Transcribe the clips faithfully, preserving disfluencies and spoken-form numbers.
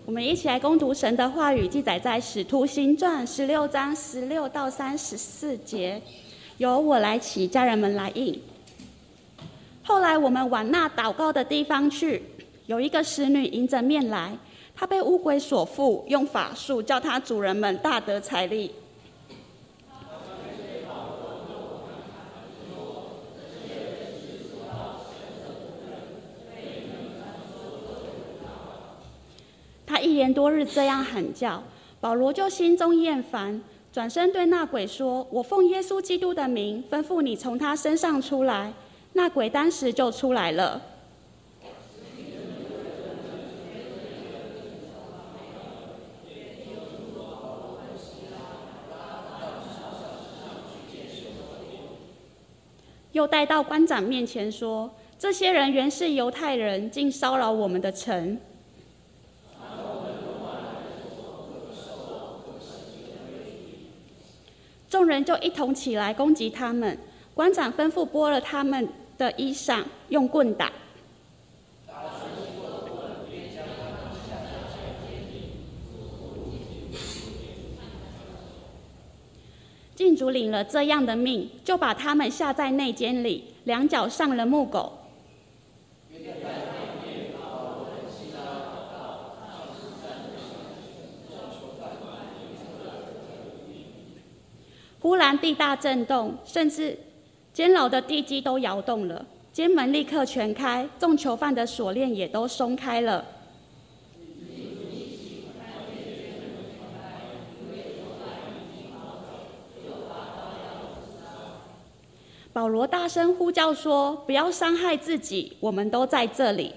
我们一起来攻读神的话语，记载在《使徒行传》十六章十六到三十四节。由我来起，家人们来应。后来我们往那祷告的地方去，有一个使女迎着面来，她被污鬼所附，用法术叫她主人们大得财力。他一连多日这样喊叫，保罗就心中厌烦，转身对那鬼说：“我奉耶稣基督的名，吩咐你从他身上出来。”那鬼当时就出来了。又带到官长面前说：“这些人原是犹太人，竟骚扰我们的城。”众人就一同起来攻击他们，官长吩咐剥了他们的衣裳，用棍打。禁主领了这样的命，就把他们下在内监里，两脚上了木狗。忽然地大震动，甚至监牢的地基都摇动了，监门立刻全开，众囚犯的锁链也都松开了。保罗大声呼叫说：“不要伤害自己，我们都在这里。”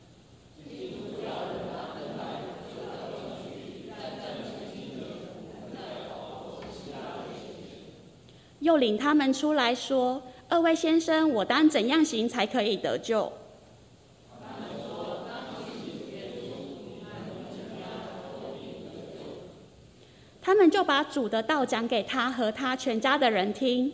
又领他们出来说：“二位先生，我当怎样行才可以得救？”他们就把主的道讲给他和他全家的人听。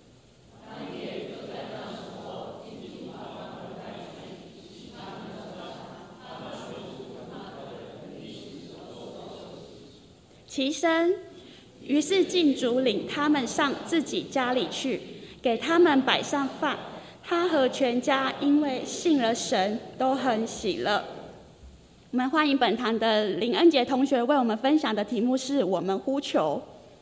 其身。于是禁主领他们上自己家里去，给他们摆上饭。他和全家因为信了神，都很喜乐。我们欢迎本堂的林恩杰同学为我们分享的题目是我们呼求。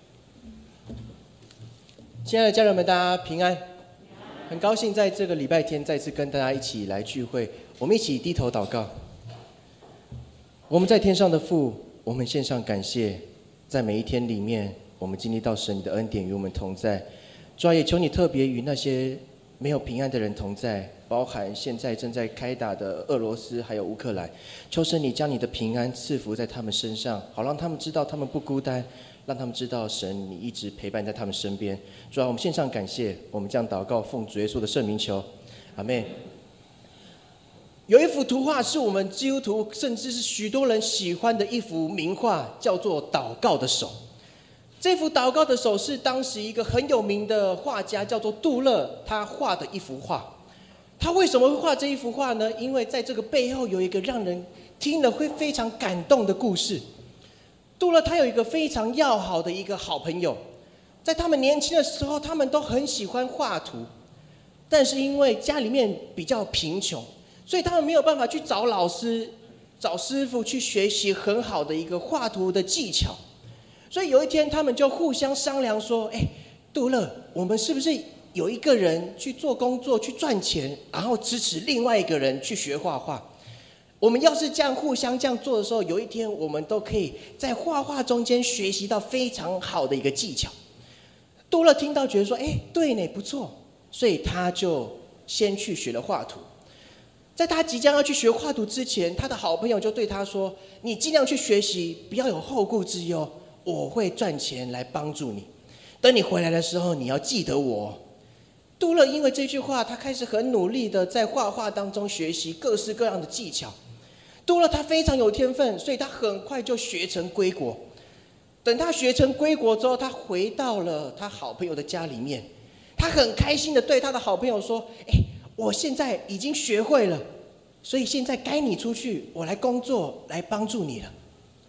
亲爱的家人们，大家平安。很高兴在这个礼拜天再次跟大家一起来聚会，我们一起低头祷告。我们在天上的父，我们献上感谢。在每一天里面，我们经历到神你的恩典与我们同在。主啊，也求你特别与那些没有平安的人同在，包含现在正在开打的俄罗斯还有乌克兰。求神你将你的平安赐福在他们身上，好让他们知道他们不孤单，让他们知道神你一直陪伴在他们身边。主啊，我们献上感谢，我们将祷告奉主耶稣的圣名求，阿们。有一幅图画是我们基督徒甚至是许多人喜欢的一幅名画，叫做祷告的手。这幅祷告的手是当时一个很有名的画家叫做杜勒他画的一幅画。他为什么会画这一幅画呢？因为在这个背后有一个让人听了会非常感动的故事。杜勒他有一个非常要好的一个好朋友，在他们年轻的时候他们都很喜欢画图，但是因为家里面比较贫穷，所以他们没有办法去找老师找师傅去学习很好的一个画图的技巧。所以有一天他们就互相商量说，哎，杜勒，我们是不是有一个人去做工作去赚钱，然后支持另外一个人去学画画？我们要是这样互相这样做的时候，有一天我们都可以在画画中间学习到非常好的一个技巧。杜勒听到觉得说，哎，对呢，不错，所以他就先去学了画图。在他即将要去学画图之前，他的好朋友就对他说，你尽量去学习，不要有后顾之忧，我会赚钱来帮助你，等你回来的时候你要记得我。杜勒因为这句话，他开始很努力的在画画当中学习各式各样的技巧。杜勒他非常有天分，所以他很快就学成归国。等他学成归国之后，他回到了他好朋友的家里面，他很开心的对他的好朋友说，哎，我现在已经学会了，所以现在该你出去，我来工作来帮助你了。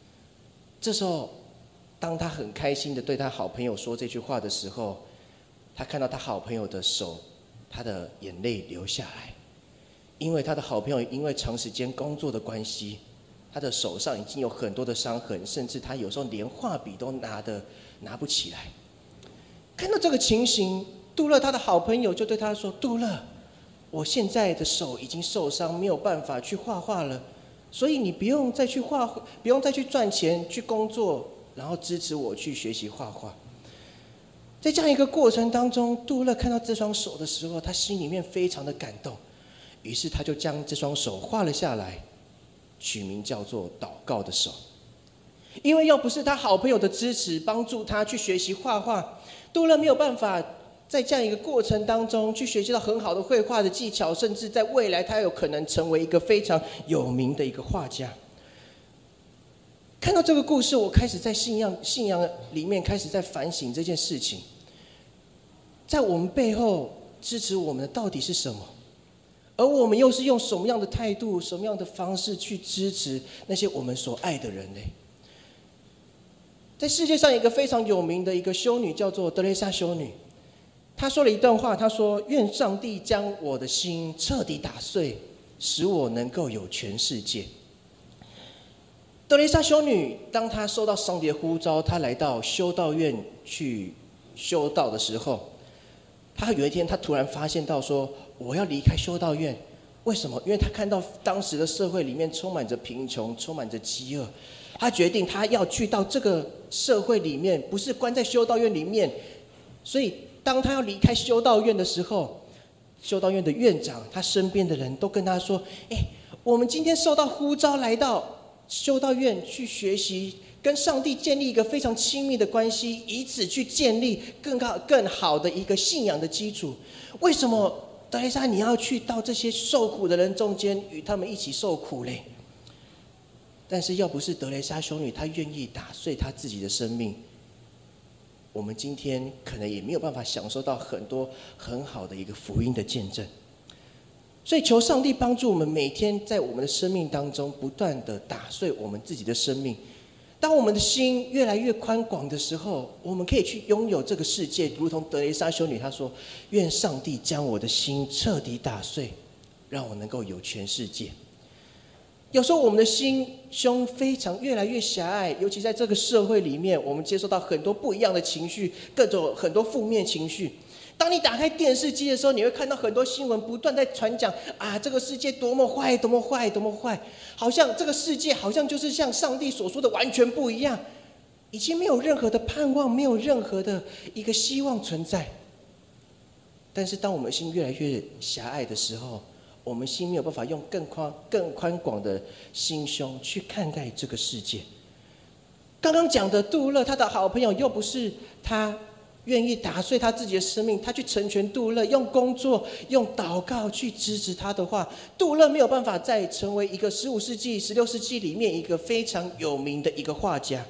这时候，当他很开心的对他好朋友说这句话的时候，他看到他好朋友的手，他的眼泪流下来，因为他的好朋友因为长时间工作的关系，他的手上已经有很多的伤痕，甚至他有时候连画笔都拿的拿不起来。看到这个情形，杜勒他的好朋友就对他说：“杜勒，我现在的手已经受伤，没有办法去画画了，所以你不用再去画，不用再去赚钱去工作，然后支持我去学习画画。”在这样一个过程当中，杜勒看到这双手的时候，他心里面非常的感动，于是他就将这双手画了下来，取名叫做祷告的手。因为要不是他好朋友的支持，帮助他去学习画画，杜勒没有办法在这样一个过程当中去学习到很好的绘画的技巧，甚至在未来他有可能成为一个非常有名的一个画家。看到这个故事，我开始在信仰信仰里面开始在反省这件事情，在我们背后支持我们的到底是什么？而我们又是用什么样的态度、什么样的方式去支持那些我们所爱的人呢？在世界上有一个非常有名的一个修女叫做德蕾莎修女，她说了一段话，她说：“愿上帝将我的心彻底打碎，使我能够有全世界。”德蕾莎修女当她收到上帝的呼召，她来到修道院去修道的时候，她有一天她突然发现到说：“我要离开修道院。”为什么？因为她看到当时的社会里面充满着贫穷，充满着饥饿。她决定她要去到这个社会里面，不是关在修道院里面。所以当她要离开修道院的时候，修道院的院长他身边的人都跟他说：“哎，我们今天受到呼召来到修道院去学习，跟上帝建立一个非常亲密的关系，以此去建立更好更好的一个信仰的基础。为什么德蕾莎你要去到这些受苦的人中间，与他们一起受苦嘞？”但是要不是德蕾莎修女她愿意打碎她自己的生命，我们今天可能也没有办法享受到很多很好的一个福音的见证。所以求上帝帮助我们，每天在我们的生命当中不断的打碎我们自己的生命。当我们的心越来越宽广的时候，我们可以去拥有这个世界，如同德蕾莎修女她说：“愿上帝将我的心彻底打碎，让我能够有全世界。”有时候我们的心胸非常越来越狭隘，尤其在这个社会里面，我们接受到很多不一样的情绪，各种很多负面情绪。当你打开电视机的时候，你会看到很多新闻不断在传讲啊，这个世界多么坏，多么坏，多么坏，好像这个世界好像就是像上帝所说的完全不一样，已经没有任何的盼望，没有任何的一个希望存在。但是当我们心越来越狭隘的时候，我们心没有办法用更宽更宽广的心胸去看待这个世界。刚刚讲的杜勒，他的好朋友又不是他愿意打碎他自己的生命，他去成全杜勒，用工作用祷告去支持他的话，杜勒没有办法再成为一个十五世纪十六世纪里面一个非常有名的一个画家。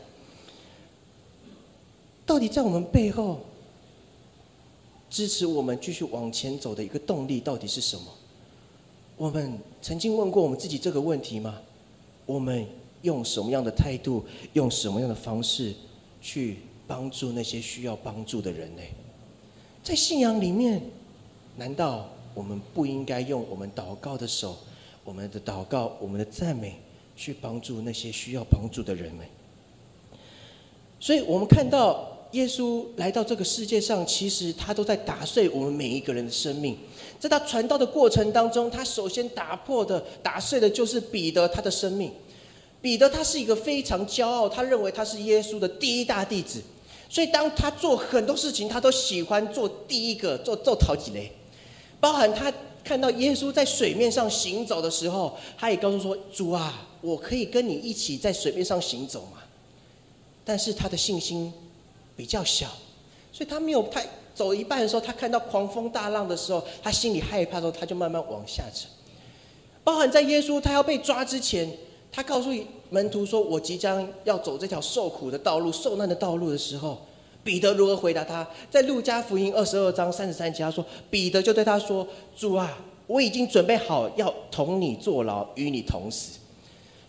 到底在我们背后支持我们继续往前走的一个动力到底是什么？我们曾经问过我们自己这个问题吗？我们用什么样的态度，用什么样的方式去帮助那些需要帮助的人呢？在信仰里面，难道我们不应该用我们祷告的手，我们的祷告，我们的赞美，去帮助那些需要帮助的人们？所以我们看到耶稣来到这个世界上，其实他都在打碎我们每一个人的生命。在他传道的过程当中，他首先打破的、打碎的就是彼得他的生命。彼得他是一个非常骄傲，他认为他是耶稣的第一大弟子，所以当他做很多事情，他都喜欢做第一个，做做头几类。包含他看到耶稣在水面上行走的时候，他也告诉说：“主啊，我可以跟你一起在水面上行走吗？”但是他的信心比较小，所以他没有太走一半的时候，他看到狂风大浪的时候，他心里害怕的时候，他就慢慢往下沉。包含在耶稣他要被抓之前，他告诉门徒说：“我即将要走这条受苦的道路、受难的道路的时候，彼得如何回答他？在路加福音二十二章三十三节，他说：彼得就对他说：主啊，我已经准备好要同你坐牢，与你同死。”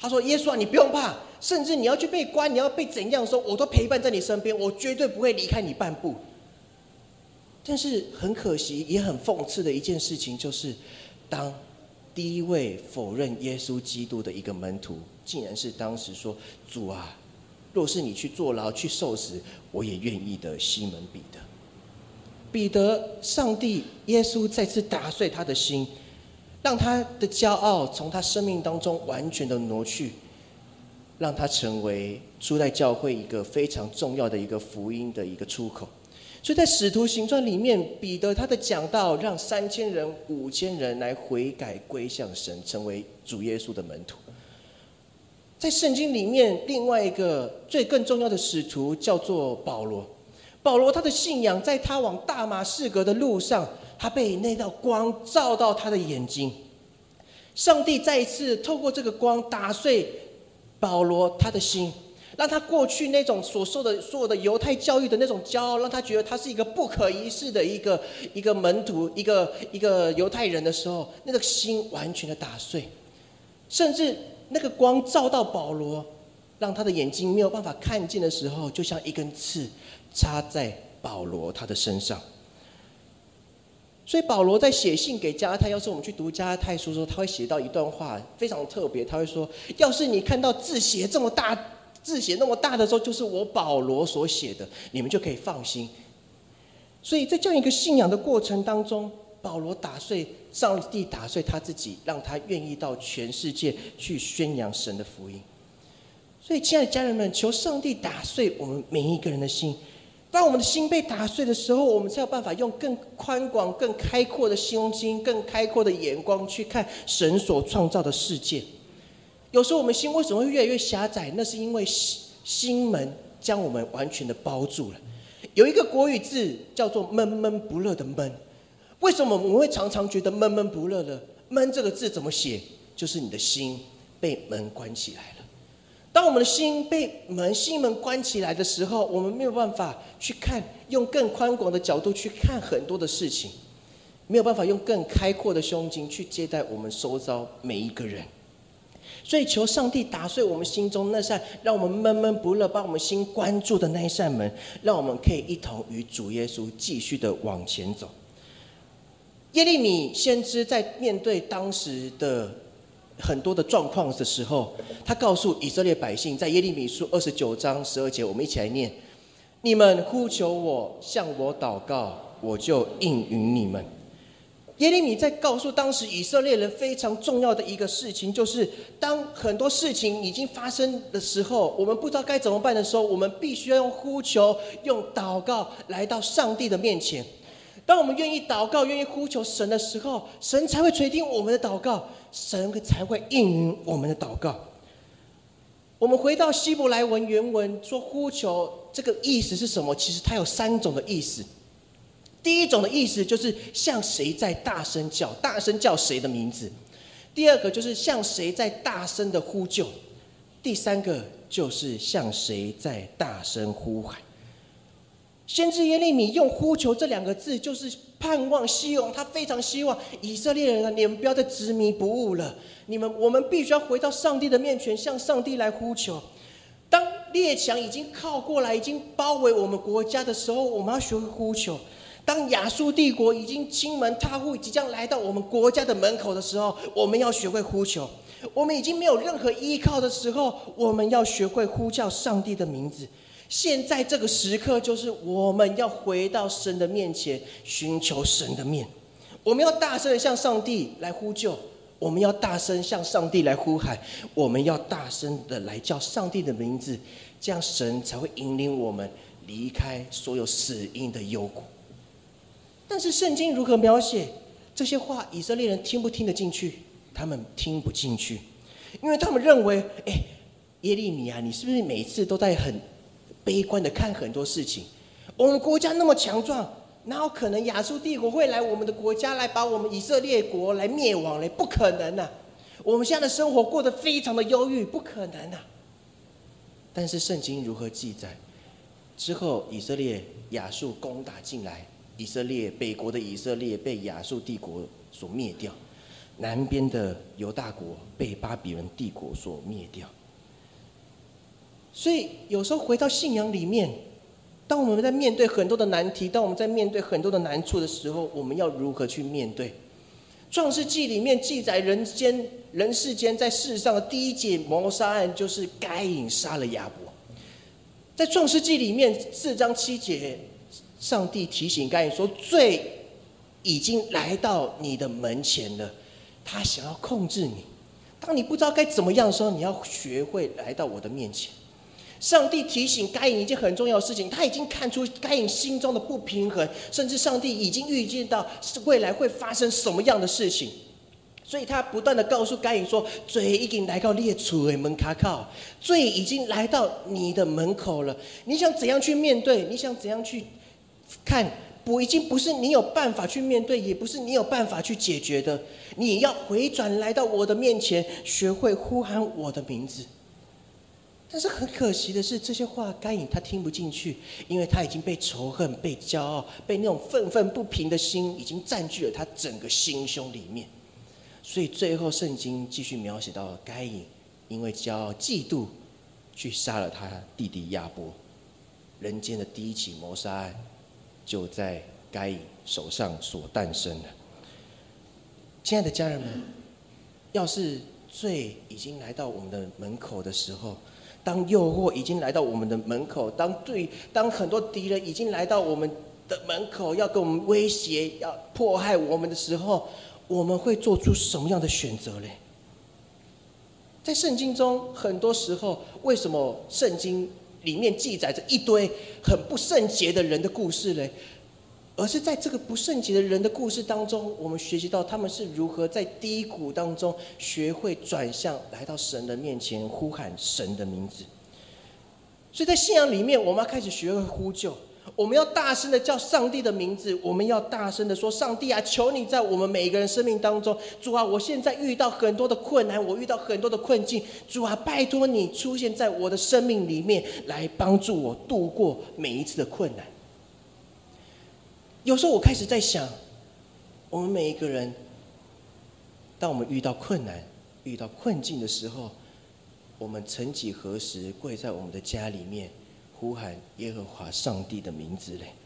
他说：“耶稣啊，你不用怕，甚至你要去被关，你要被怎样的时候，我都陪伴在你身边，我绝对不会离开你半步。”但是很可惜，也很讽刺的一件事情，就是当第一位否认耶稣基督的一个门徒，竟然是当时说：“主啊，若是你去坐牢、去受死，我也愿意的。”西门彼得。彼得，上帝耶稣再次打碎他的心，让他的骄傲从他生命当中完全的挪去，让他成为初代教会一个非常重要的一个福音的一个出口。所以在使徒行传里面，彼得他的讲道让三千人、五千人来悔改归向神，成为主耶稣的门徒。在圣经里面，另外一个最更重要的使徒叫做保罗。保罗他的信仰，在他往大马士革的路上，他被那道光照到他的眼睛。上帝再一次透过这个光打碎保罗他的心，让他过去那种所受的所有的犹太教育的那种骄傲，让他觉得他是一个不可一世的一个一个门徒，一个一个犹太人的时候，那个心完全的打碎。甚至那个光照到保罗，让他的眼睛没有办法看见的时候，就像一根刺插在保罗他的身上。所以保罗在写信给加拉太，要是我们去读加拉太书的时候，他会写到一段话非常特别，他会说：要是你看到字写这么大，字写那么大的时候，就是我保罗所写的，你们就可以放心。所以在这样一个信仰的过程当中，保罗打碎上帝，打碎他自己，让他愿意到全世界去宣扬神的福音。所以亲爱的家人们，求上帝打碎我们每一个人的心。当我们的心被打碎的时候，我们才有办法用更宽广、更开阔的胸襟、更开阔的眼光去看神所创造的世界。有时候我们心为什么会越来越狭窄？那是因为心门将我们完全的包住了。有一个国语字叫做闷闷不乐的闷。为什么我们会常常觉得闷闷不乐呢？闷这个字怎么写？就是你的心被门关起来了。当我们的心被门心门关起来的时候，我们没有办法去看，用更宽广的角度去看很多的事情，没有办法用更开阔的胸襟去接待我们周遭每一个人。所以求上帝打碎我们心中那扇让我们闷闷不乐、把我们心关住的那一扇门，让我们可以一同与主耶稣继续的往前走。耶利米先知在面对当时的很多的状况的时候，他告诉以色列百姓，在耶利米书二十九章十二节，我们一起来念：你们呼求我，向我祷告，我就应允你们。耶利米在告诉当时以色列人非常重要的一个事情，就是当很多事情已经发生的时候，我们不知道该怎么办的时候，我们必须要用呼求、用祷告来到上帝的面前。当我们愿意祷告、愿意呼求神的时候，神才会垂听我们的祷告，神才会应允我们的祷告。我们回到希伯来文原文说呼求这个意思是什么？其实它有三种的意思。第一种的意思就是向谁在大声叫，大声叫谁的名字；第二个就是向谁在大声的呼救；第三个就是向谁在大声呼喊。先知耶利米用呼求这两个字，就是盼望、希望，他非常希望以色列人啊，你们不要再执迷不悟了，你们我们必须要回到上帝的面前，向上帝来呼求。当列强已经靠过来，已经包围我们国家的时候，我们要学会呼求。当亚述帝国已经亲门踏户，即将来到我们国家的门口的时候，我们要学会呼求。我们已经没有任何依靠的时候，我们要学会呼叫上帝的名字。现在这个时刻，就是我们要回到神的面前，寻求神的面。我们要大声的向上帝来呼救，我们要大声向上帝来呼喊，我们要大声的来叫上帝的名字，这样神才会引领我们离开所有死荫的幽谷。但是圣经如何描写这些话？以色列人听不听得进去？他们听不进去，因为他们认为，哎，耶利米啊，你是不是每次都在很悲观的看很多事情？我们国家那么强壮，哪有可能亚述帝国会来我们的国家来把我们以色列国来灭亡嘞？不可能啊！我们现在的生活过得非常的忧郁，不可能啊！但是圣经如何记载？之后以色列亚述攻打进来，以色列北国的以色列被亚述帝国所灭掉。 南边的犹大国被巴比伦帝国所灭掉。所以有时候回到信仰里面，当我们在面对很多的难题，当我们在面对很多的难处的时候，我们要如何去面对？创世纪里面记载人间人世间在世上的第一起谋杀案，就是该隐杀了亚伯。在创世纪里面四章七节，上帝提醒该隐说，罪已经来到你的门前了，他想要控制你。当你不知道该怎么样的时候，你要学会来到我的面前。上帝提醒该隐一件很重要的事情，他已经看出该隐心中的不平衡，甚至上帝已经预见到未来会发生什么样的事情，所以他不断的告诉该隐说，罪已经来到你的厝的门口，罪已经来到你的门口了，你想怎样去面对，你想怎样去看，不已经不是你有办法去面对，也不是你有办法去解决的，你要回转来到我的面前，学会呼喊我的名字。但是很可惜的是，这些话该隐他听不进去，因为他已经被仇恨、被骄傲、被那种愤愤不平的心已经占据了他整个心胸里面。所以最后圣经继续描写到该隐因为骄傲、嫉妒，去杀了他弟弟亚伯。人间的第一起谋杀案就在该隐手上所诞生了。亲爱的家人们，要是罪已经来到我们的门口的时候，当诱惑已经来到我们的门口，当对当很多敌人已经来到我们的门口，要给我们威胁，要迫害我们的时候，我们会做出什么样的选择呢？在圣经中，很多时候，为什么圣经里面记载着一堆很不圣洁的人的故事呢？而是在这个不圣洁的人的故事当中，我们学习到他们是如何在低谷当中学会转向，来到神的面前呼喊神的名字。所以在信仰里面，我们要开始学会呼救，我们要大声的叫上帝的名字，我们要大声的说，上帝啊，求你在我们每一个人生命当中，主啊，我现在遇到很多的困难，我遇到很多的困境，主啊，拜托你出现在我的生命里面，来帮助我度过每一次的困难。有时候我开始在想，我们每一个人，当我们遇到困难、遇到困境的时候，我们曾几何时跪在我们的家里面，呼喊耶和华上帝的名字嘞？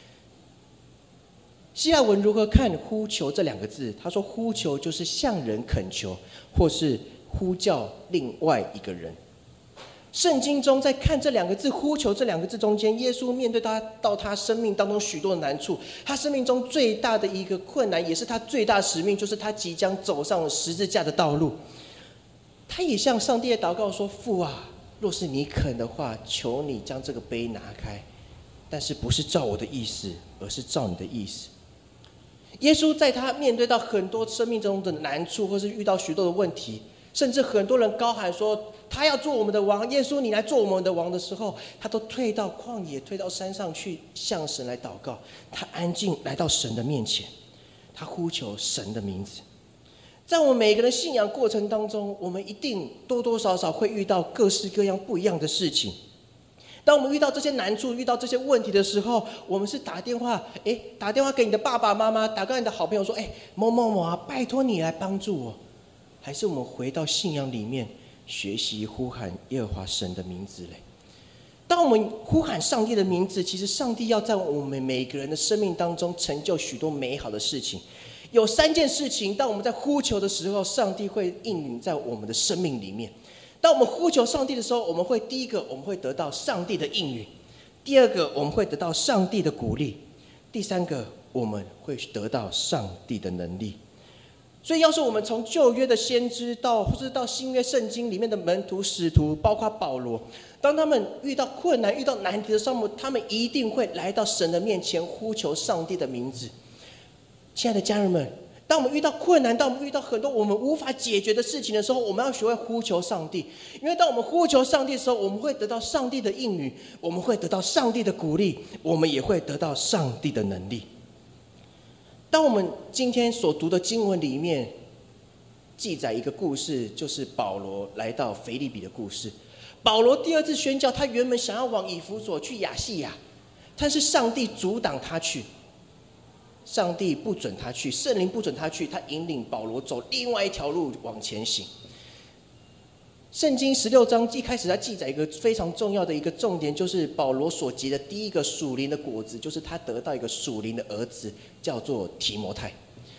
希腊文如何看呼求这两个字？他说，呼求就是向人恳求，或是呼叫另外一个人。圣经中在看这两个字呼求这两个字中间，耶稣面对他到他生命当中许多的难处，他生命中最大的一个困难，也是他最大的使命，就是他即将走上十字架的道路。他也向上帝祷告说，父啊，若是你肯的话，求你将这个杯拿开，但是不是照我的意思，而是照你的意思。耶稣在他面对到很多生命中的难处，或是遇到许多的问题，甚至很多人高喊说他要做我们的王，耶稣你来做我们的王的时候，他都退到旷野，退到山上去向神来祷告。他安静来到神的面前，他呼求神的名字。在我们每个人信仰过程当中，我们一定多多少少会遇到各式各样不一样的事情。当我们遇到这些难处、遇到这些问题的时候，我们是打电话，哎，打电话给你的爸爸妈妈，打给你的好朋友说，哎，某某某啊，拜托你来帮助我。还是我们回到信仰里面，学习呼喊耶和华神的名字嘞？当我们呼喊上帝的名字，其实上帝要在我们每个人的生命当中成就许多美好的事情。有三件事情，当我们在呼求的时候，上帝会应允在我们的生命里面。当我们呼求上帝的时候，我们会第一个，我们会得到上帝的应允；第二个，我们会得到上帝的鼓励；第三个，我们会得到上帝的能力。所以要是我们从旧约的先知到或是到新约圣经里面的门徒使徒，包括保罗，当他们遇到困难遇到难题的时候，他们一定会来到神的面前呼求上帝的名字。亲爱的家人们，当我们遇到困难，当我们遇到很多我们无法解决的事情的时候，我们要学会呼求上帝。因为当我们呼求上帝的时候，我们会得到上帝的应允，我们会得到上帝的鼓励，我们也会得到上帝的能力。当我们今天所读的经文里面记载一个故事，就是保罗来到腓立比的故事。保罗第二次宣教，他原本想要往以弗所去亚细亚，但是上帝阻挡他去。 上帝不准他去，圣灵不准他去，他引领保罗走另外一条路往前行。圣经十六章一开始，他记载一个非常重要的一个重点，就是保罗所结的第一个属灵的果子，就是他得到一个属灵的儿子，叫做提摩太。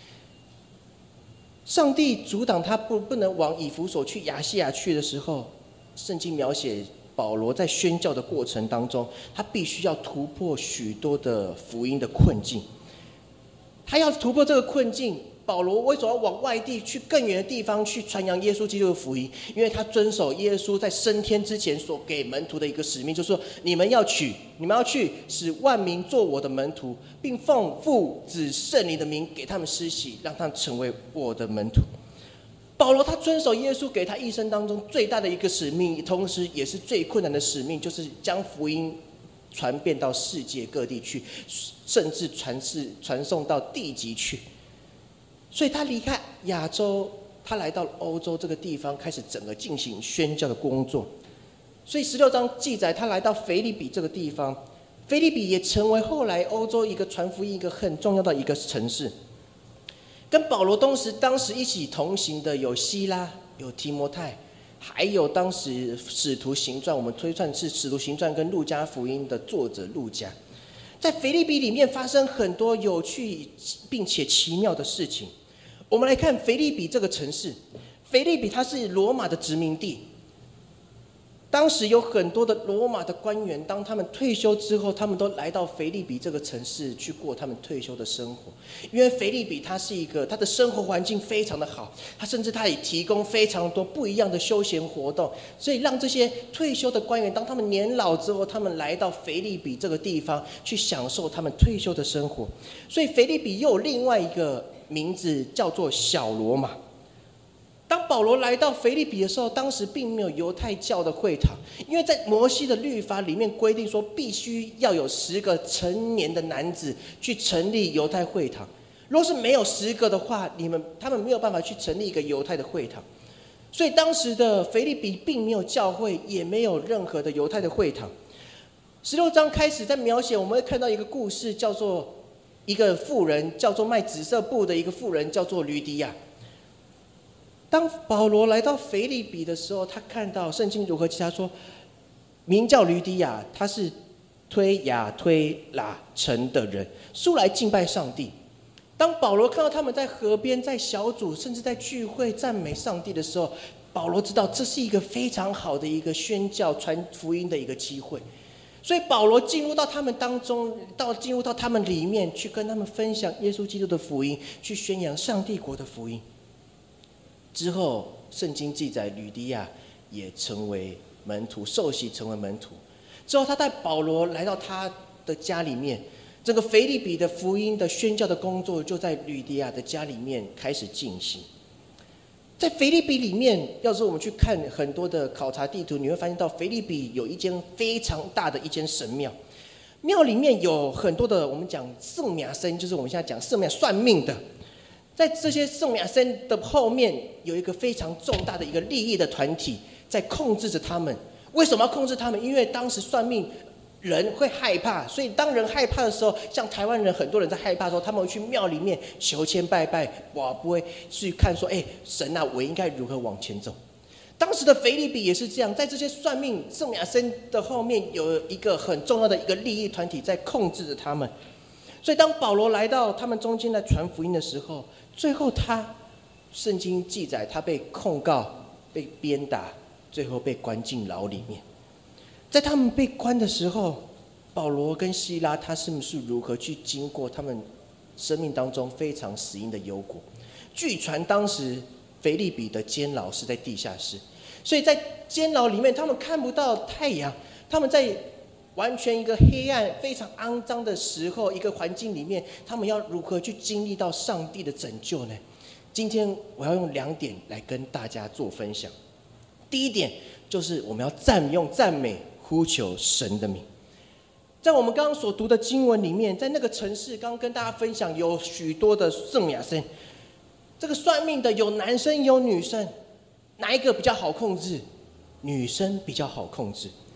上帝阻挡他不不能往以弗所去、亚细亚去的时候，圣经描写保罗在宣教的过程当中，他必须要突破许多的福音的困境。他要突破这个困境，保罗为什么要往外地去更远的地方去传扬耶稣基督的福音？因为他遵守耶稣在升天之前所给门徒的一个使命，就是说你们要去，你们要去，使万民做我的门徒，并奉父子圣灵的名给他们施洗，让他们成为我的门徒。保罗他遵守耶稣给他一生当中最大的一个使命，同时也是最困难的使命，就是将福音传遍到世界各地去，甚至传世传送到地极去。所以他离开亚洲，他来到欧洲这个地方，开始整个进行宣教的工作。所以十六章记载，他来到腓立比这个地方，腓立比也成为后来欧洲一个传福音一个很重要的一个城市。跟保罗当时当时一起同行的有希拉，有提摩太，还有当时使徒行传，我们推算是使徒行传跟路加福音的作者路加。在腓立比里面发生很多有趣并且奇妙的事情。我们来看腓立比这个城市，腓立比它是罗马的殖民地。当时有很多的罗马的官员，当他们退休之后，他们都来到腓立比这个城市去过他们退休的生活。因为腓立比它是一个，它的生活环境非常的好，它甚至它也提供非常多不一样的休闲活动，所以让这些退休的官员，当他们年老之后，他们来到腓立比这个地方去享受他们退休的生活。所以腓立比又有另外一个名字叫做小罗马。当保罗来到腓立比的时候，当时并没有犹太教的会堂，因为在摩西的律法里面规定说，必须要有十个成年的男子去成立犹太会堂。若是没有十个的话，你们他们没有办法去成立一个犹太的会堂。所以当时的腓立比并没有教会，也没有任何的犹太的会堂。十六章开始在描写，我们会看到一个故事，叫做一个妇人，叫做卖紫色布的一个妇人，叫做吕底亚。当保罗来到腓立比的时候，他看到圣经如何记，他说名叫吕底亚，他是推雅推拉城的人，素来敬拜上帝。当保罗看到他们在河边，在小组，甚至在聚会赞美上帝的时候，保罗知道这是一个非常好的一个宣教传福音的一个机会。所以保罗进入到他们当中，到进入到他们里面去跟他们分享耶稣基督的福音，去宣扬上帝国的福音。之后圣经记载吕底亚也成为门徒，受洗成为门徒。之后他带保罗来到他的家里面，这个腓立比的福音的宣教的工作就在吕底亚的家里面开始进行。在腓立比里面，要是我们去看很多的考察地图，你会发现到腓立比有一间非常大的一间神庙，庙里面有很多的我们讲圣米亚森，就是我们现在讲圣米亚算命的。在这些圣米亚森的后面有一个非常重大的一个利益的团体在控制着他们。为什么要控制他们？因为当时算命人会害怕，所以当人害怕的时候，像台湾人很多人在害怕的时候，他们会去庙里面求签拜拜，我不会去看说，哎，神啊，我应该如何往前走。当时的腓立比也是这样，在这些算命圣米亚森的后面有一个很重要的一个利益团体在控制着他们。所以当保罗来到他们中间来传福音的时候，最后他圣经记载他被控告，被鞭打，最后被关进牢里面。在他们被关的时候，保罗跟希拉他是不是如何去经过他们生命当中非常死荫的幽谷？据传当时腓立比的监牢是在地下室，所以在监牢里面他们看不到太阳，他们在完全一个黑暗非常肮脏的时候，一个环境里面，他们要如何去经历到上帝的拯救呢？今天我要用两点来跟大家做分享。第一点就是我们要赞用赞美呼求神的名。在我们刚刚所读的经文里面，在那个城市刚刚跟大家分享有许多的圣米亚森，这个算命的有男生有女生，哪一个比较好控制？女生比较好控制。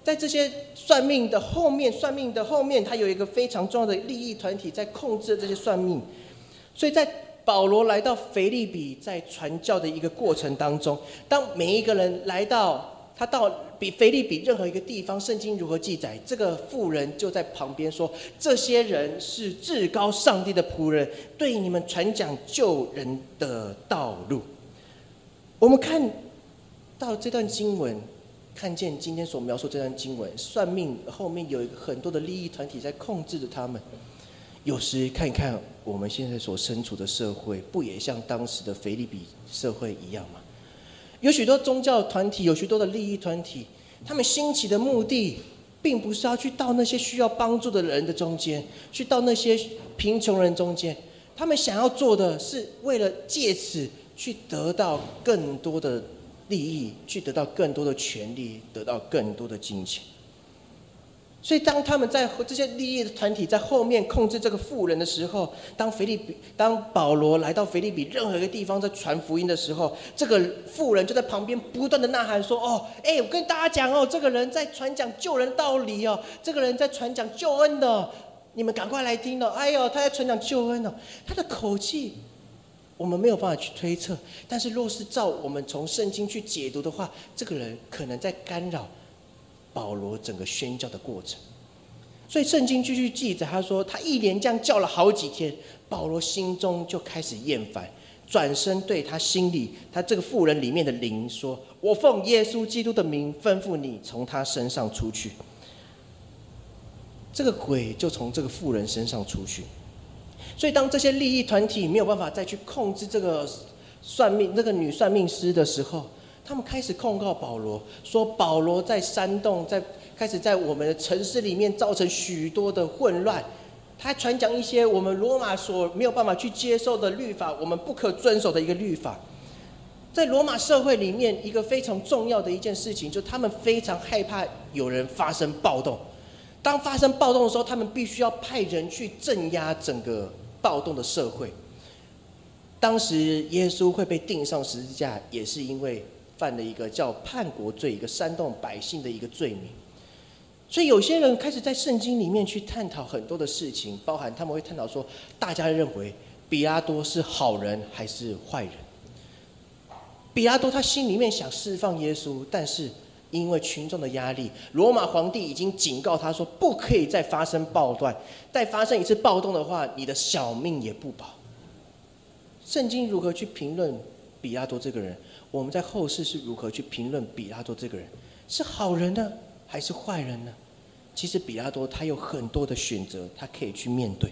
在这些算命的后面，算命的后面，他有一个非常重要的利益团体在控制这些算命。所以在保罗来到腓立比，在传教的一个过程当中，当每一个人来到他到比腓立比任何一个地方，圣经如何记载？这个妇人就在旁边说：“这些人是至高上帝的仆人，对你们传讲救人的道路。”我们看到这段经文，看见今天所描述这段经文，算命后面有一个很多的利益团体在控制着他们。有时看一看我们现在所身处的社会，不也像当时的腓立比社会一样吗？有许多宗教团体，有许多的利益团体，他们兴起的目的并不是要去到那些需要帮助的人的中间，去到那些贫穷人中间，他们想要做的是为了借此去得到更多的利益，去得到更多的权利，得到更多的金钱。所以当他们在这些利益的团体在后面控制这个妇人的时候，当腓立比当保罗来到腓立比任何一个地方在传福音的时候，这个妇人就在旁边不断的呐喊说：“哦，哎，我跟大家讲哦，这个人在传讲救人的道理哦，这个人在传讲救恩的、哦，你们赶快来听哦！哎呦，他在传讲救恩哦。”他的口气我们没有办法去推测，但是若是照我们从圣经去解读的话，这个人可能在干扰保罗整个宣教的过程。所以圣经继续记载，他说他一连这样叫了好几天，保罗心中就开始厌烦，转身对他心里他这个妇人里面的灵说：“我奉耶稣基督的名吩咐你从他身上出去。”这个鬼就从这个妇人身上出去。所以当这些利益团体没有办法再去控制这个算命这个女算命师的时候，他们开始控告保罗，说保罗在煽动，在开始在我们的城市里面造成许多的混乱。他还传讲一些我们罗马所没有办法去接受的律法，我们不可遵守的一个律法。在罗马社会里面，一个非常重要的一件事情，就是他们非常害怕有人发生暴动。当发生暴动的时候，他们必须要派人去镇压整个暴动的社会。当时耶稣会被钉上十字架，也是因为犯了一个叫叛国罪，一个煽动百姓的一个罪名。所以有些人开始在圣经里面去探讨很多的事情，包含他们会探讨说，大家认为比拉多是好人还是坏人。比拉多他心里面想释放耶稣，但是因为群众的压力，罗马皇帝已经警告他说，不可以再发生暴乱，再发生一次暴动的话，你的小命也不保。圣经如何去评论比拉多这个人？我们在后世是如何去评论比拉多这个人？是好人呢，还是坏人呢？其实比拉多他有很多的选择，他可以去面对。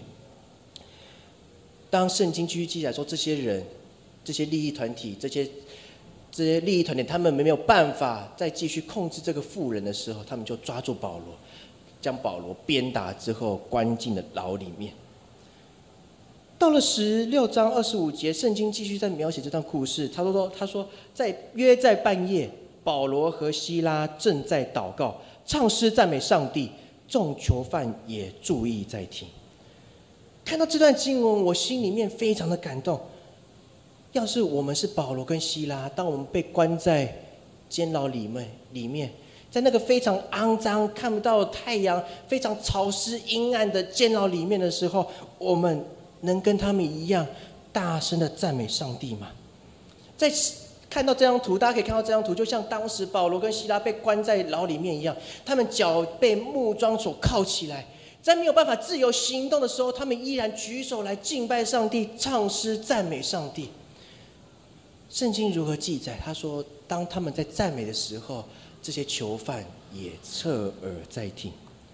当圣经继续记载说，这些人、这些利益团体、这些这些利益团体，他们没有办法再继续控制这个妇人的时候，他们就抓住保罗，将保罗鞭打之后关进了牢里面。到了十六章二十五节，圣经继续在描写这段故事。他说：“他说，在约在半夜，保罗和希拉正在祷告，唱诗赞美上帝，众囚犯也注意在听。”看到这段经文，我心里面非常的感动。要是我们是保罗跟希拉，当我们被关在监牢里面，里面在那个非常肮脏、看不到太阳、非常潮湿阴暗的监牢里面的时候，我们能跟他们一样大声的赞美上帝吗？在看到这张图，大家可以看到这张图，就像当时保罗跟希拉被关在牢里面一样，他们脚被木桩所铐起来，在没有办法自由行动的时候，他们依然举手来敬拜上帝，唱诗赞美上帝。圣经如何记载？他说，当他们在赞美的时候，这些囚犯也侧耳在听。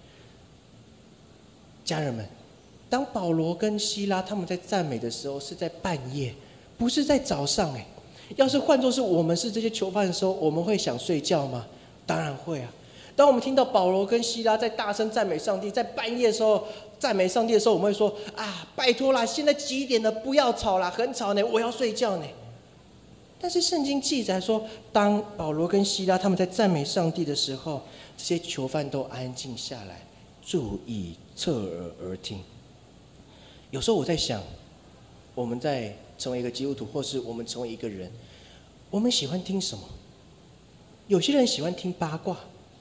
家人们，当保罗跟希拉他们在赞美的时候，是在半夜，不是在早上。哎，要是换作是我们是这些囚犯的时候，我们会想睡觉吗？当然会啊。当我们听到保罗跟希拉在大声赞美上帝，在半夜的时候赞美上帝的时候，我们会说：啊，拜托啦，现在几点了？不要吵啦，很吵呢，我要睡觉呢。但是圣经记载说，当保罗跟希拉他们在赞美上帝的时候，这些囚犯都安静下来，注意侧耳而听。有时候我在想，我们在成为一个基督徒，或是我们成为一个人，我们喜欢听什么？有些人喜欢听八卦，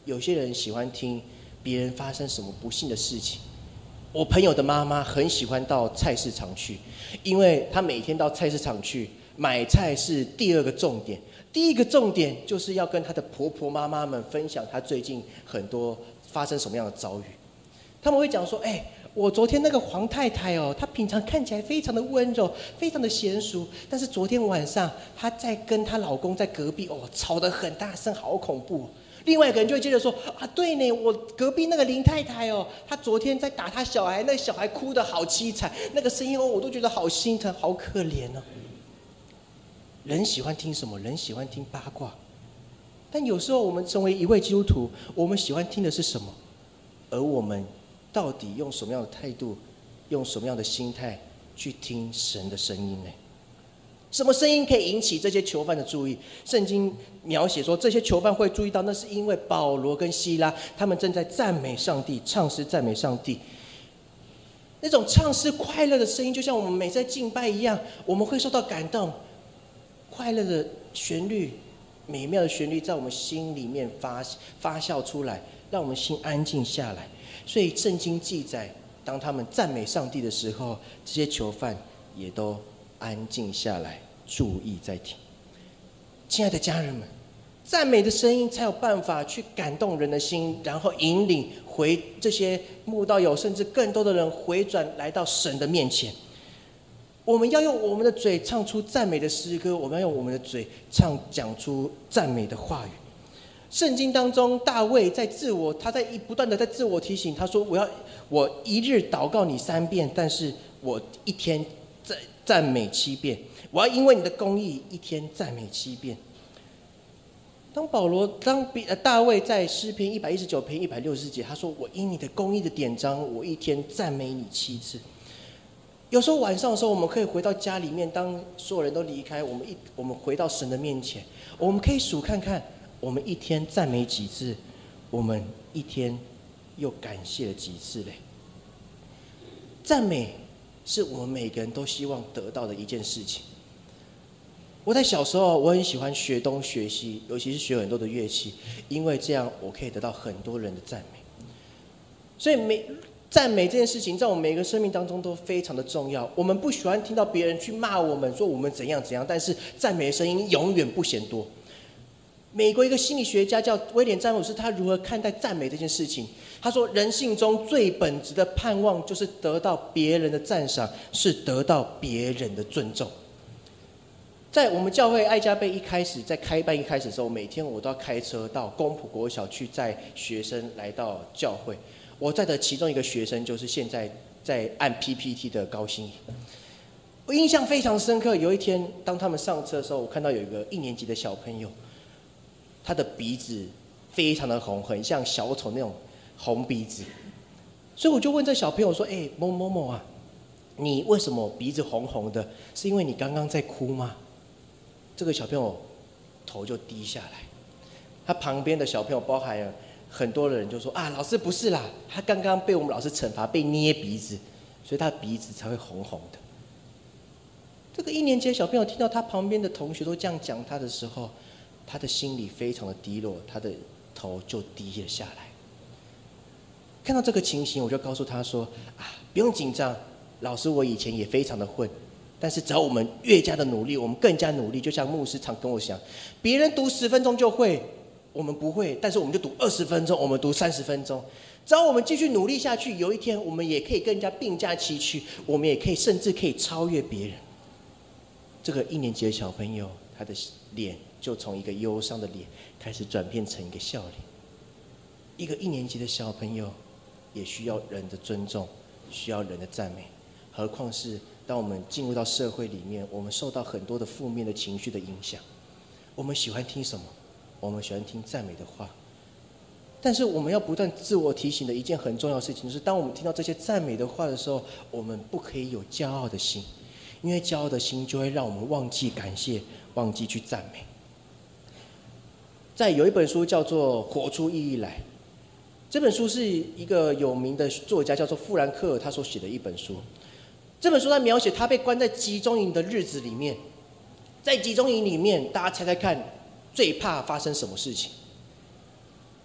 有些人喜欢听别人发生什么不幸的事情。我朋友的妈妈很喜欢到菜市场去，因为她每天到菜市场去买菜是第二个重点，第一个重点就是要跟她的婆婆妈妈们分享她最近很多发生什么样的遭遇。他们会讲说：“哎，我昨天那个黄太太哦，她平常看起来非常的温柔，非常的娴熟，但是昨天晚上她在跟她老公在隔壁哦吵得很大声，好恐怖。”另外一个人就会接着说：“啊，对呢，我隔壁那个林太太哦，她昨天在打她小孩，那小孩哭得好凄惨，那个声音哦，我都觉得好心疼，好可怜哦。”人喜欢听什么？人喜欢听八卦，但有时候我们成为一位基督徒，我们喜欢听的是什么？而我们到底用什么样的态度，用什么样的心态去听神的声音呢？什么声音可以引起这些囚犯的注意？圣经描写说，这些囚犯会注意到，那是因为保罗跟希拉他们正在赞美上帝，唱诗赞美上帝。那种唱诗快乐的声音，就像我们每次在敬拜一样，我们会受到感动。快乐的旋律，美妙的旋律，在我们心里面发发酵出来，让我们心安静下来。所以圣经记载，当他们赞美上帝的时候，这些囚犯也都安静下来，注意在听。亲爱的家人们，赞美的声音才有办法去感动人的心，然后引领回这些慕道友，甚至更多的人回转来到神的面前。我们要用我们的嘴唱出赞美的诗歌，我们要用我们的嘴唱讲出赞美的话语。圣经当中，大卫在自我，他在不断的在自我提醒，他说：“我要我一日祷告你三遍，但是我一天赞赞美七遍。我要因为你的公义，一天赞美七遍。”当保罗当大卫在诗篇一百一十九篇一百六十四节，他说：“我因你的公义的典章，我一天赞美你七次。”有时候晚上的时候，我们可以回到家里面，当所有人都离开，我们一我们回到神的面前，我们可以数看看，我们一天赞美几次，我们一天又感谢了几次嘞？赞美是我们每个人都希望得到的一件事情。我在小时候，我很喜欢学东学西，尤其是学很多的乐器，因为这样我可以得到很多人的赞美。所以每赞美这件事情在我们每个生命当中都非常的重要。我们不喜欢听到别人去骂我们，说我们怎样怎样，但是赞美的声音永远不嫌多。美国一个心理学家叫威廉詹姆斯，他如何看待赞美这件事情？他说，人性中最本质的盼望就是得到别人的赞赏，是得到别人的尊重。在我们教会爱家杯一开始，在开办一开始的时候，每天我都要开车到公埔国小去载学生来到教会。我载的其中一个学生就是现在在按 P P T 的高欣怡。我印象非常深刻，有一天当他们上车的时候，我看到有一个一年级的小朋友，他的鼻子非常的红，很像小丑那种红鼻子。所以我就问这小朋友说：“哎，某某某啊，你为什么鼻子红红的？是因为你刚刚在哭吗？”这个小朋友头就低下来。他旁边的小朋友包含了很多人就说：“啊，老师不是啦，他刚刚被我们老师惩罚，被捏鼻子，所以他的鼻子才会红红的。”这个一年级的小朋友听到他旁边的同学都这样讲他的时候，他的心里非常的低落，他的头就低了下来。看到这个情形，我就告诉他说：“啊，不用紧张，老师我以前也非常的混，但是只要我们越加的努力，我们更加努力，就像牧师常跟我讲，别人读十分钟就会，我们不会，但是我们就读二十分钟，我们读三十分钟。只要我们继续努力下去，有一天我们也可以跟人家并驾齐驱，我们也可以甚至可以超越别人。”这个一年级的小朋友，他的脸就从一个忧伤的脸开始转变成一个笑脸。一个一年级的小朋友也需要人的尊重，需要人的赞美，何况是当我们进入到社会里面，我们受到很多的负面的情绪的影响，我们喜欢听什么？我们喜欢听赞美的话。但是我们要不断自我提醒的一件很重要的事情，就是当我们听到这些赞美的话的时候，我们不可以有骄傲的心，因为骄傲的心就会让我们忘记感谢，忘记去赞美。在有一本书叫做《活出意义来》，这本书是一个有名的作家叫做富兰克尔他所写的一本书。这本书在描写他被关在集中营的日子里面，在集中营里面，大家猜猜看，最怕发生什么事情？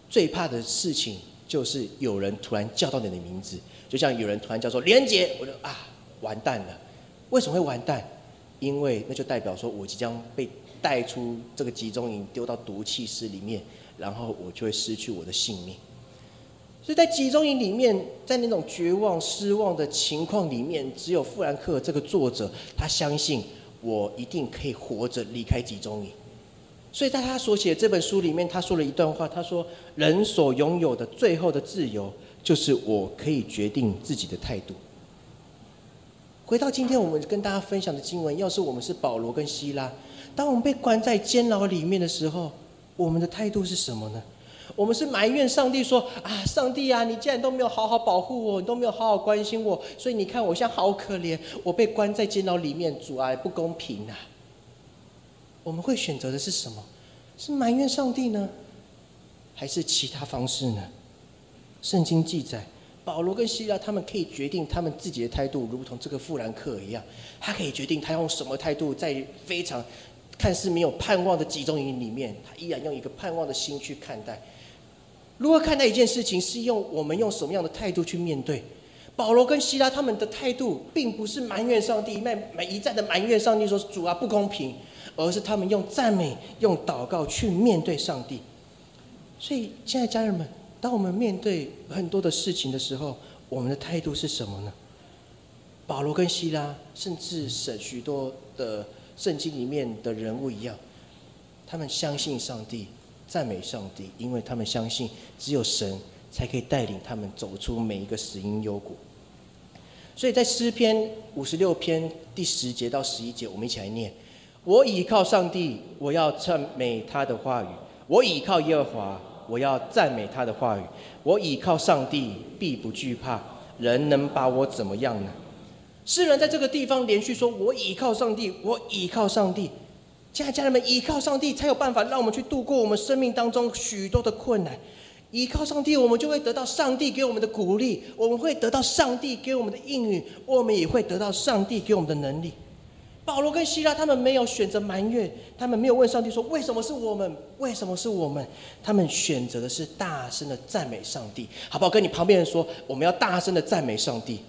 最怕的事情就是有人突然叫到你的名字，就像有人突然叫说连结，我就啊完蛋了。为什么会完蛋？因为那就代表说我即将被带出这个集中营，丢到毒气室里面，然后我就会失去我的性命。所以在集中营里面，在那种绝望失望的情况里面，只有富兰克这个作者，他相信我一定可以活着离开集中营。所以在他所写的这本书里面，他说了一段话，他说人所拥有的最后的自由，就是我可以决定自己的态度。回到今天我们跟大家分享的经文，要是我们是保罗跟希拉，当我们被关在监牢里面的时候，我们的态度是什么呢？我们是埋怨上帝说啊，上帝啊，你既然都没有好好保护我，你都没有好好关心我，所以你看我现在好可怜，我被关在监牢里面，主啊，不公平啊。我们会选择的是什么？是埋怨上帝呢，还是其他方式呢？圣经记载，保罗跟希拉他们可以决定他们自己的态度，如同这个富兰克一样，他可以决定他用什么态度，在非常看似没有盼望的集中营里面，他依然用一个盼望的心去看待。如何看待一件事情，是用我们用什么样的态度去面对。保罗跟希拉他们的态度，并不是埋怨上帝，每一再的埋怨上帝说主啊不公平，而是他们用赞美、用祷告去面对上帝。所以，亲爱的家人们，当我们面对很多的事情的时候，我们的态度是什么呢？保罗跟希拉，甚至许多的圣经里面的人物一样，他们相信上帝，赞美上帝，因为他们相信只有神才可以带领他们走出每一个死荫幽谷。所以在诗篇五十六篇第十节到十一节，我们一起来念：我倚靠上帝，我要赞美他的话语；我倚靠耶和华，我要赞美他的话语。我倚靠上帝，必不惧怕，人能把我怎么样呢？诗人在这个地方连续说：我倚靠上帝，我倚靠上帝。亲爱的家人们，倚靠上帝才有办法让我们去度过我们生命当中许多的困难。依靠上帝，我们就会得到上帝给我们的鼓励，我们会得到上帝给我们的应允，我们也会得到上帝给我们的能力。保罗跟希拉他们没有选择埋怨，他们没有问上帝说为什么是我们，为什么是我们，他们选择的是大声的赞美上帝。好不好？跟你旁边人说，我们要大声的赞美上帝。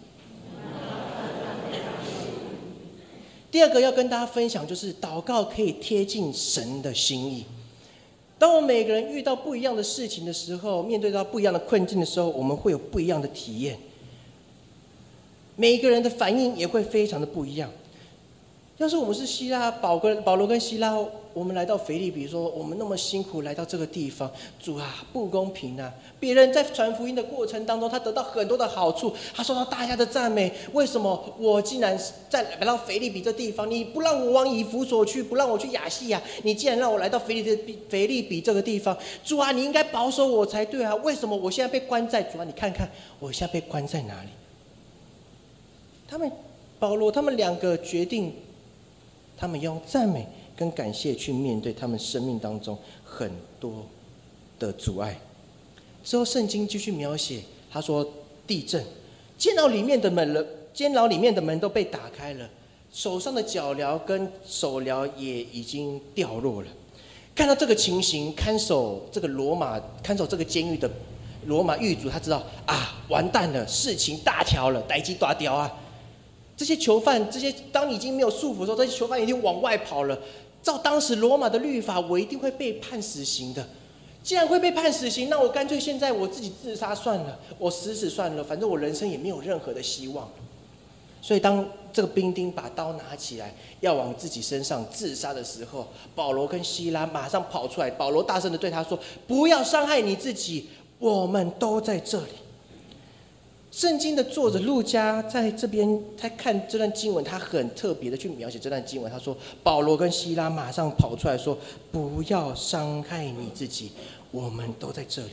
第二个要跟大家分享，就是祷告可以贴近神的心意。当我们每个人遇到不一样的事情的时候，面对到不一样的困境的时候，我们会有不一样的体验，每一个人的反应也会非常的不一样。要是我们是希拉保跟保罗跟希拉，我们来到腓立比，说我们那么辛苦来到这个地方，主啊不公平啊！别人在传福音的过程当中，他得到很多的好处，他受到大家的赞美，为什么我竟然在来到腓立比这地方，你不让我往以弗所去，不让我去亚细亚，你既然让我来到腓立比腓立比这个地方，主啊你应该保守我才对啊！为什么我现在被关在，主啊你看看我现在被关在哪里？他们保罗他们两个决定，他们用赞美跟感谢去面对他们生命当中很多的阻碍。之后圣经继续描写，他说地震，监牢里面的门监牢里面的门都被打开了，手上的脚镣跟手镣也已经掉落了。看到这个情形，看守这个罗马看守这个监狱的罗马狱卒，他知道啊完蛋了，事情大条了，代志大条啊！这些囚犯，这些当已经没有束缚的时候，这些囚犯已经往外跑了。照当时罗马的律法，我一定会被判死刑的。既然会被判死刑，那我干脆现在我自己自杀算了，我死死算了，反正我人生也没有任何的希望。所以当这个兵丁把刀拿起来要往自己身上自杀的时候，保罗跟希拉马上跑出来，保罗大声的对他说：不要伤害你自己，我们都在这里。圣经的作者路加在这边，他看这段经文，他很特别的去描写这段经文。他说，保罗跟希拉马上跑出来说：不要伤害你自己，我们都在这里。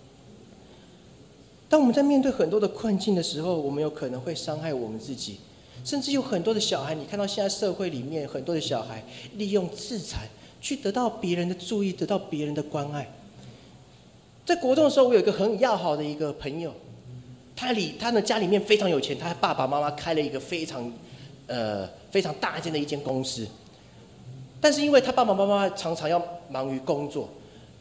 当我们在面对很多的困境的时候，我们有可能会伤害我们自己，甚至有很多的小孩，你看到现在社会里面很多的小孩利用自残去得到别人的注意，得到别人的关爱。在国中的时候，我有一个很要好的一个朋友，他里他的家里面非常有钱，他爸爸妈妈开了一个非常呃非常大间的一间公司，但是因为他爸爸妈妈常常要忙于工作，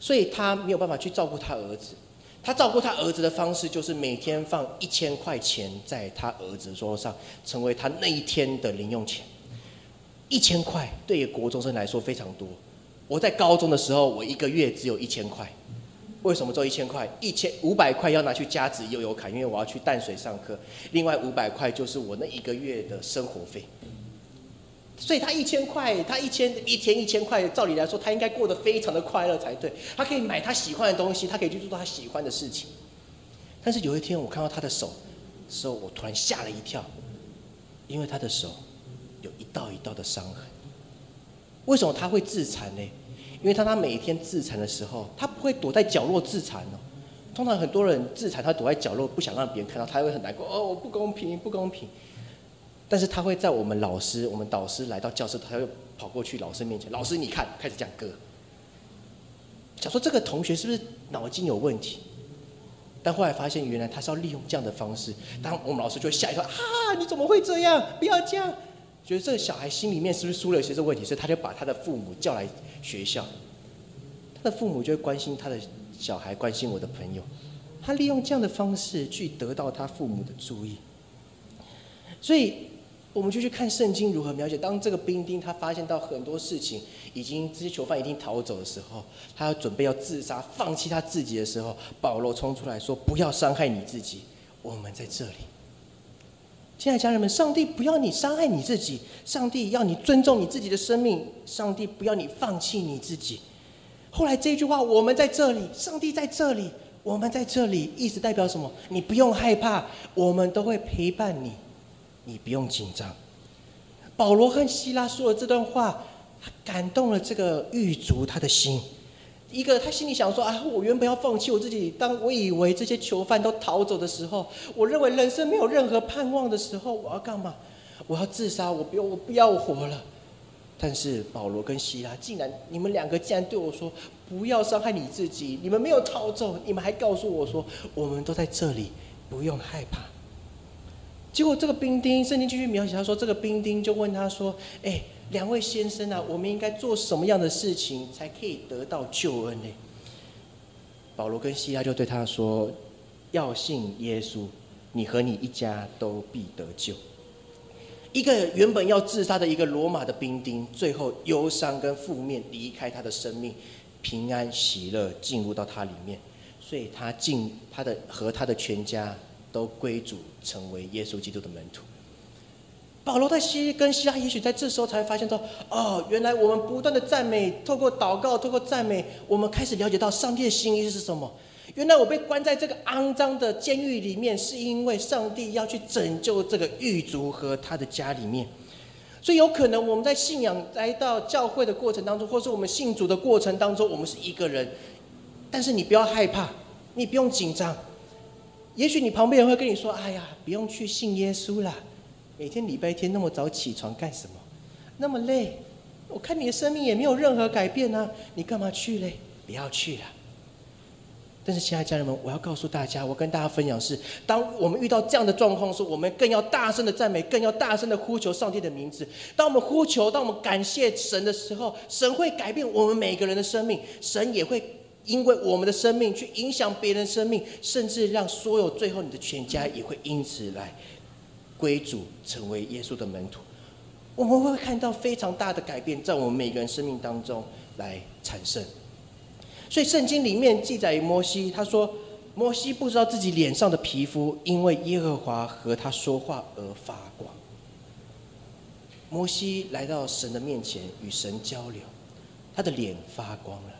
所以他没有办法去照顾他儿子。他照顾他儿子的方式就是每天放一千块钱在他儿子桌上，成为他那一天的零用钱。一千块对于国中生来说非常多。我在高中的时候，我一个月只有一千块。为什么只有一千块？一千五百块要拿去加值悠游卡，因为我要去淡水上课。另外五百块就是我那一个月的生活费。所以他一千块，他一千一天一千块，照理来说他应该过得非常的快乐才对。他可以买他喜欢的东西，他可以去做他喜欢的事情。但是有一天我看到他的手的时候，我突然吓了一跳，因为他的手有一道一道的伤痕。为什么他会自残呢？因为当他每天自残的时候，他不会躲在角落自残哦。通常很多人自残，他躲在角落不想让别人看到，他会很难过，哦，不公平，不公平。但是他会在我们老师、我们导师来到教室，他会跑过去老师面前，老师你看，开始这样割。想说这个同学是不是脑筋有问题？但后来发现，原来他是要利用这样的方式。当我们老师就会吓一跳，啊，你怎么会这样？不要这样！觉得这个小孩心里面是不是出了一些问题？所以他就把他的父母叫来学校，他的父母就会关心他的小孩，关心我的朋友。他利用这样的方式去得到他父母的注意。所以我们就去看圣经如何描写，当这个兵丁他发现到很多事情已经这些囚犯已经逃走的时候，他要准备要自杀放弃他自己的时候，保罗冲出来说，不要伤害你自己，我们在这里。亲爱的家人们，上帝不要你伤害你自己，上帝要你尊重你自己的生命，上帝不要你放弃你自己。后来这一句话，我们在这里，上帝在这里，我们在这里，意思代表什么？你不用害怕，我们都会陪伴你，你不用紧张。保罗和希拉说的这段话，他感动了这个狱卒他的心。一个他心里想说，啊，我原本要放弃我自己，当我以为这些囚犯都逃走的时候，我认为人生没有任何盼望的时候，我要干嘛？我要自杀，我不要，我不要活了。但是保罗跟希拉竟然，你们两个竟然对我说，不要伤害你自己，你们没有逃走，你们还告诉我说，我们都在这里，不用害怕。结果这个兵丁，圣经继续描写，他说这个兵丁就问他说，哎，两位先生啊，我们应该做什么样的事情才可以得到救恩呢？保罗跟希拉就对他说，要信耶稣，你和你一家都必得救。一个原本要自杀的一个罗马的兵丁，最后忧伤跟负面离开他的生命，平安喜乐进入到他里面，所以他进他的和他的全家都归主，成为耶稣基督的门徒。保罗在希跟希拉也许在这时候才会发现到，哦，原来我们不断的赞美，透过祷告，透过赞美，我们开始了解到上帝的心意是什么。原来我被关在这个肮脏的监狱里面，是因为上帝要去拯救这个狱卒和他的家里面。所以有可能我们在信仰来到教会的过程当中，或是我们信主的过程当中，我们是一个人，但是你不要害怕，你不用紧张。也许你旁边人会跟你说，哎呀，不用去信耶稣啦，每天礼拜天那么早起床干什么？那么累，我看你的生命也没有任何改变啊，你干嘛去嘞？不要去了。但是亲爱的家人们，我要告诉大家，我跟大家分享是，当我们遇到这样的状况的时候，我们更要大声的赞美，更要大声的呼求上帝的名字。当我们呼求，当我们感谢神的时候，神会改变我们每个人的生命，神也会因为我们的生命去影响别人的生命，甚至让所有最后你的全家也会因此来归主，成为耶稣的门徒。我们会看到非常大的改变在我们每个人生命当中来产生。所以圣经里面记载摩西，他说摩西不知道自己脸上的皮肤因为耶和华和他说话而发光。摩西来到神的面前与神交流，他的脸发光了。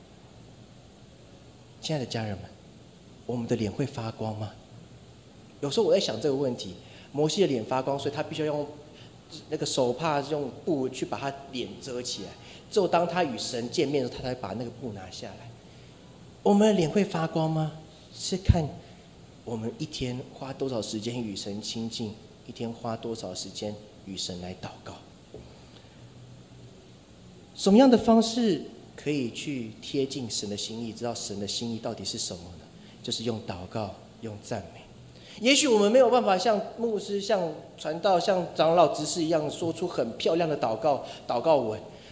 亲爱的家人们，我们的脸会发光吗？有时候我在想这个问题，摩西的脸发光，所以他必须要用那个手帕用布去把他脸遮起来，只有当他与神见面的时候，他才把那个布拿下来。我们的脸会发光吗？是看我们一天花多少时间与神亲近，一天花多少时间与神来祷告。什么样的方式可以去贴近神的心意，知道神的心意到底是什么呢？就是用祷告，用赞美。也许我们没有办法像牧师、像传道、像长老、执事一样说出很漂亮的祷告祷告文，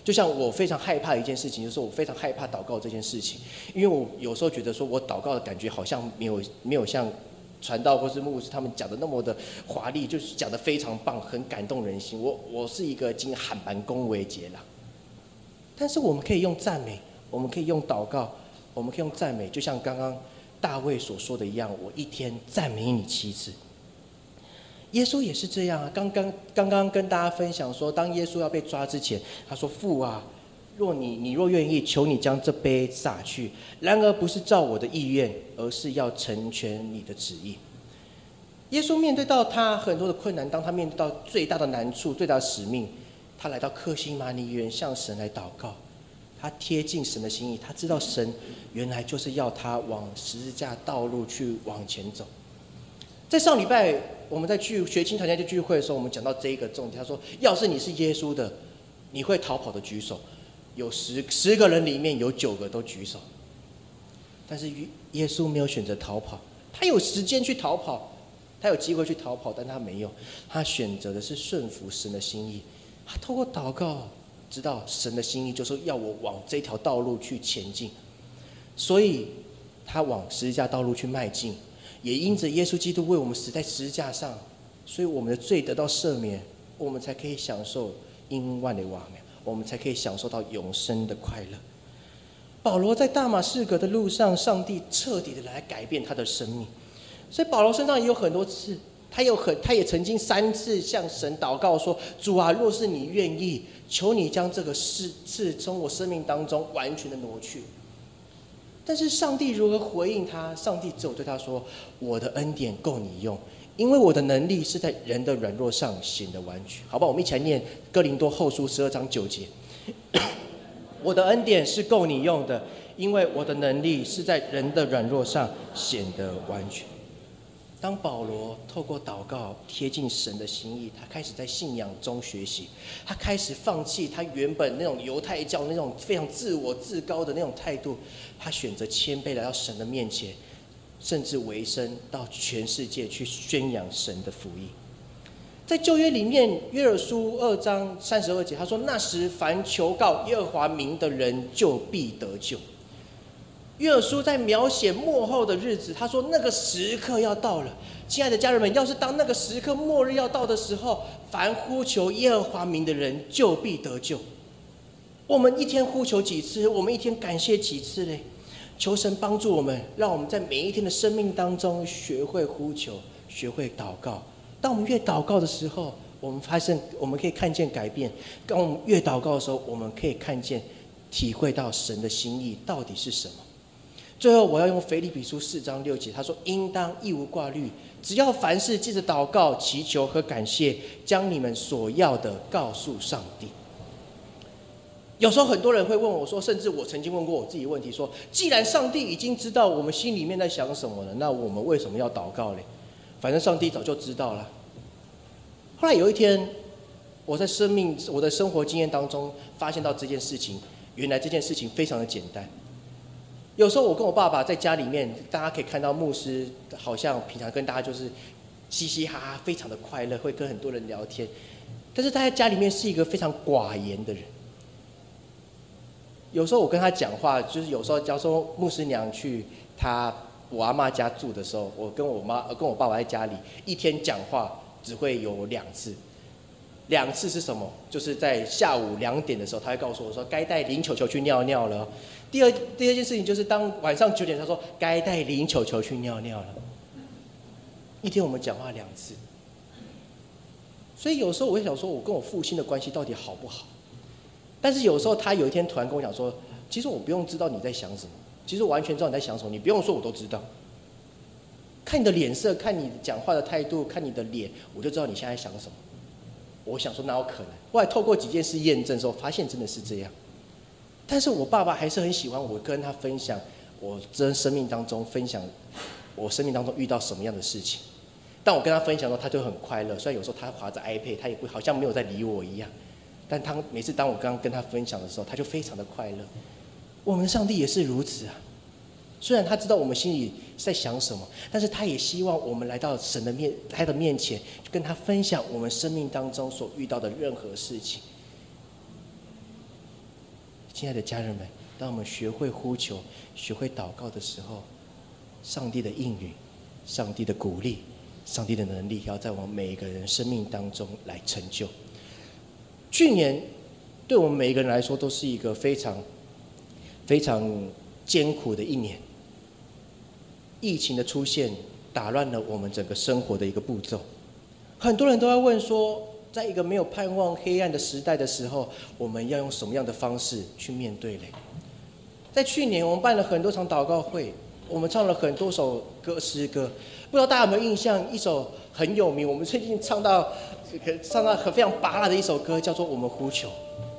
就像我非常害怕一件事情，就是我非常害怕祷告这件事情，因为我有时候觉得说我祷告的感觉好像没有没有像传道或是牧师他们讲的那么的华丽，就是讲的非常棒，很感动人心。我我是一个经喊蛮恭维节啦，但是我们可以用赞美，我们可以用祷告，我们可以用赞美，就像刚刚大卫所说的一样，我一天赞美你七次。耶稣也是这样啊，刚刚刚刚跟大家分享说，当耶稣要被抓之前，他说：“父啊，若你你若愿意，求你将这杯洒去。然而不是照我的意愿，而是要成全你的旨意。”耶稣面对到他很多的困难，当他面对到最大的难处、最大的使命，他来到客西马尼园向神来祷告，他贴近神的心意，他知道神原来就是要他往十字架道路去往前走。在上礼拜我们在聚学青团契聚会的时候，我们讲到这一个重点，他说：“要是你是耶稣的，你会逃跑的举手。”有十十个人里面有九个都举手，但是耶稣没有选择逃跑，他有时间去逃跑，他有机会去逃跑，但他没有，他选择的是顺服神的心意。他透过祷告知道神的心意就是要我往这条道路去前进，所以他往十字架道路去迈进。也因着耶稣基督为我们死在十字架上，所以我们的罪得到赦免，我们才可以享受因万的瓦苗，我们才可以享受到永生的快乐。保罗在大马士革的路上，上帝彻底的来改变他的生命。所以保罗身上也有很多次，他有很他也曾经三次向神祷告说：“主啊，若是你愿意，求你将这个事事从我生命当中完全的挪去。”但是上帝如何回应他？上帝只有对他说：“我的恩典够你用，因为我的能力是在人的软弱上显得完全。”好吧，我们一起来念哥林多后书十二章九节：“我的恩典是够你用的，因为我的能力是在人的软弱上显得完全。”当保罗透过祷告贴近神的心意，他开始在信仰中学习，他开始放弃他原本那种犹太教那种非常自我自高的那种态度，他选择谦卑来到神的面前，甚至委身到全世界去宣扬神的福音。在旧约里面，约珥书二章三十二节，他说：“那时凡求告耶和华名的人，就必得救。”约珥书在描写末后的日子，他说那个时刻要到了。亲爱的家人们，要是当那个时刻末日要到的时候，凡呼求耶和华名的人就必得救。我们一天呼求几次？我们一天感谢几次呢？求神帮助我们，让我们在每一天的生命当中学会呼求，学会祷告。当我们越祷告的时候，我们发现我们可以看见改变；当我们越祷告的时候，我们可以看见、体会到神的心意到底是什么。最后，我要用腓立比书四章六节，他说：“应当一无挂虑，只要凡事借着祷告、祈求和感谢，将你们所要的告诉上帝。”有时候很多人会问我说，甚至我曾经问过我自己问题说：既然上帝已经知道我们心里面在想什么了，那我们为什么要祷告呢？反正上帝早就知道了。后来有一天，我在生命、我的生活经验当中发现到这件事情，原来这件事情非常的简单。有时候我跟我爸爸在家里面，大家可以看到牧师好像平常跟大家就是嘻嘻哈哈，非常的快乐，会跟很多人聊天。但是他在家里面是一个非常寡言的人。有时候我跟他讲话，就是有时候假如说牧师娘去他我阿嬷家住的时候，我跟我妈跟我爸爸在家里一天讲话只会有两次。两次是什么？就是在下午两点的时候，他会告诉我说该带林球球去尿尿了。第二第二件事情就是当晚上九点，他说该带林球球去尿尿了。一天我们讲话两次，所以有时候我会想说，我跟我父亲的关系到底好不好？但是有时候他有一天突然跟我讲说，其实我不用知道你在想什么，其实我完全知道你在想什么，你不用说我都知道。看你的脸色，看你讲话的态度，看你的脸，我就知道你现在想什么。我想说哪有可能？后来透过几件事验证之后，发现真的是这样。但是我爸爸还是很喜欢我跟他分享我真生命当中分享我生命当中遇到什么样的事情。当我跟他分享的时候，他就很快乐。虽然有时候他滑着 iPad， 他也不好像没有在理我一样，但他每次当我刚刚跟他分享的时候，他就非常的快乐。我们的上帝也是如此啊。虽然他知道我们心里在想什么，但是他也希望我们来到神的面，他的面前，跟他分享我们生命当中所遇到的任何事情。 亲爱的家人们，当我们学会呼求、学会祷告的时候，上帝的应允、上帝的鼓励、上帝的能力，要在我们每一个人生命当中来成就。去年对我们每一个人来说，都是一个非常非常艰苦的一年。疫情的出现，打乱了我们整个生活的一个步骤。很多人都在问说，在一个没有盼望、黑暗的时代的时候，我们要用什么样的方式去面对嘞？在去年，我们办了很多场祷告会，我们唱了很多首歌诗歌。不知道大家有没有印象？一首很有名，我们最近唱到唱到很非常拔辣的一首歌，叫做《我们呼求》。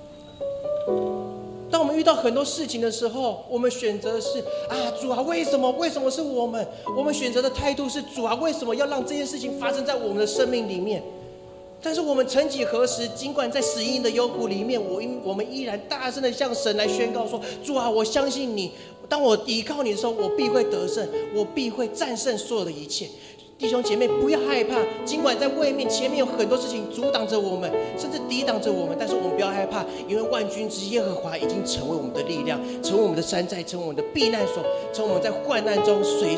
当我们遇到很多事情的时候，我们选择的是啊，主啊，为什么？为什么是我们？我们选择的态度是主啊，为什么要让这件事情发生在我们的生命里面？但是我们曾几何时，尽管在死荫的幽谷里面，我我们依然大声的向神来宣告说：主啊，我相信你。当我依靠你的时候，我必会得胜，我必会战胜所有的一切。弟兄姐妹，不要害怕，尽管在外面前面有很多事情阻挡着我们，甚至抵挡着我们，但是我们不要害怕，因为万军之耶和华已经成为我们的力量，成为我们的山寨，成为我们的避难所，成为我们在患难中随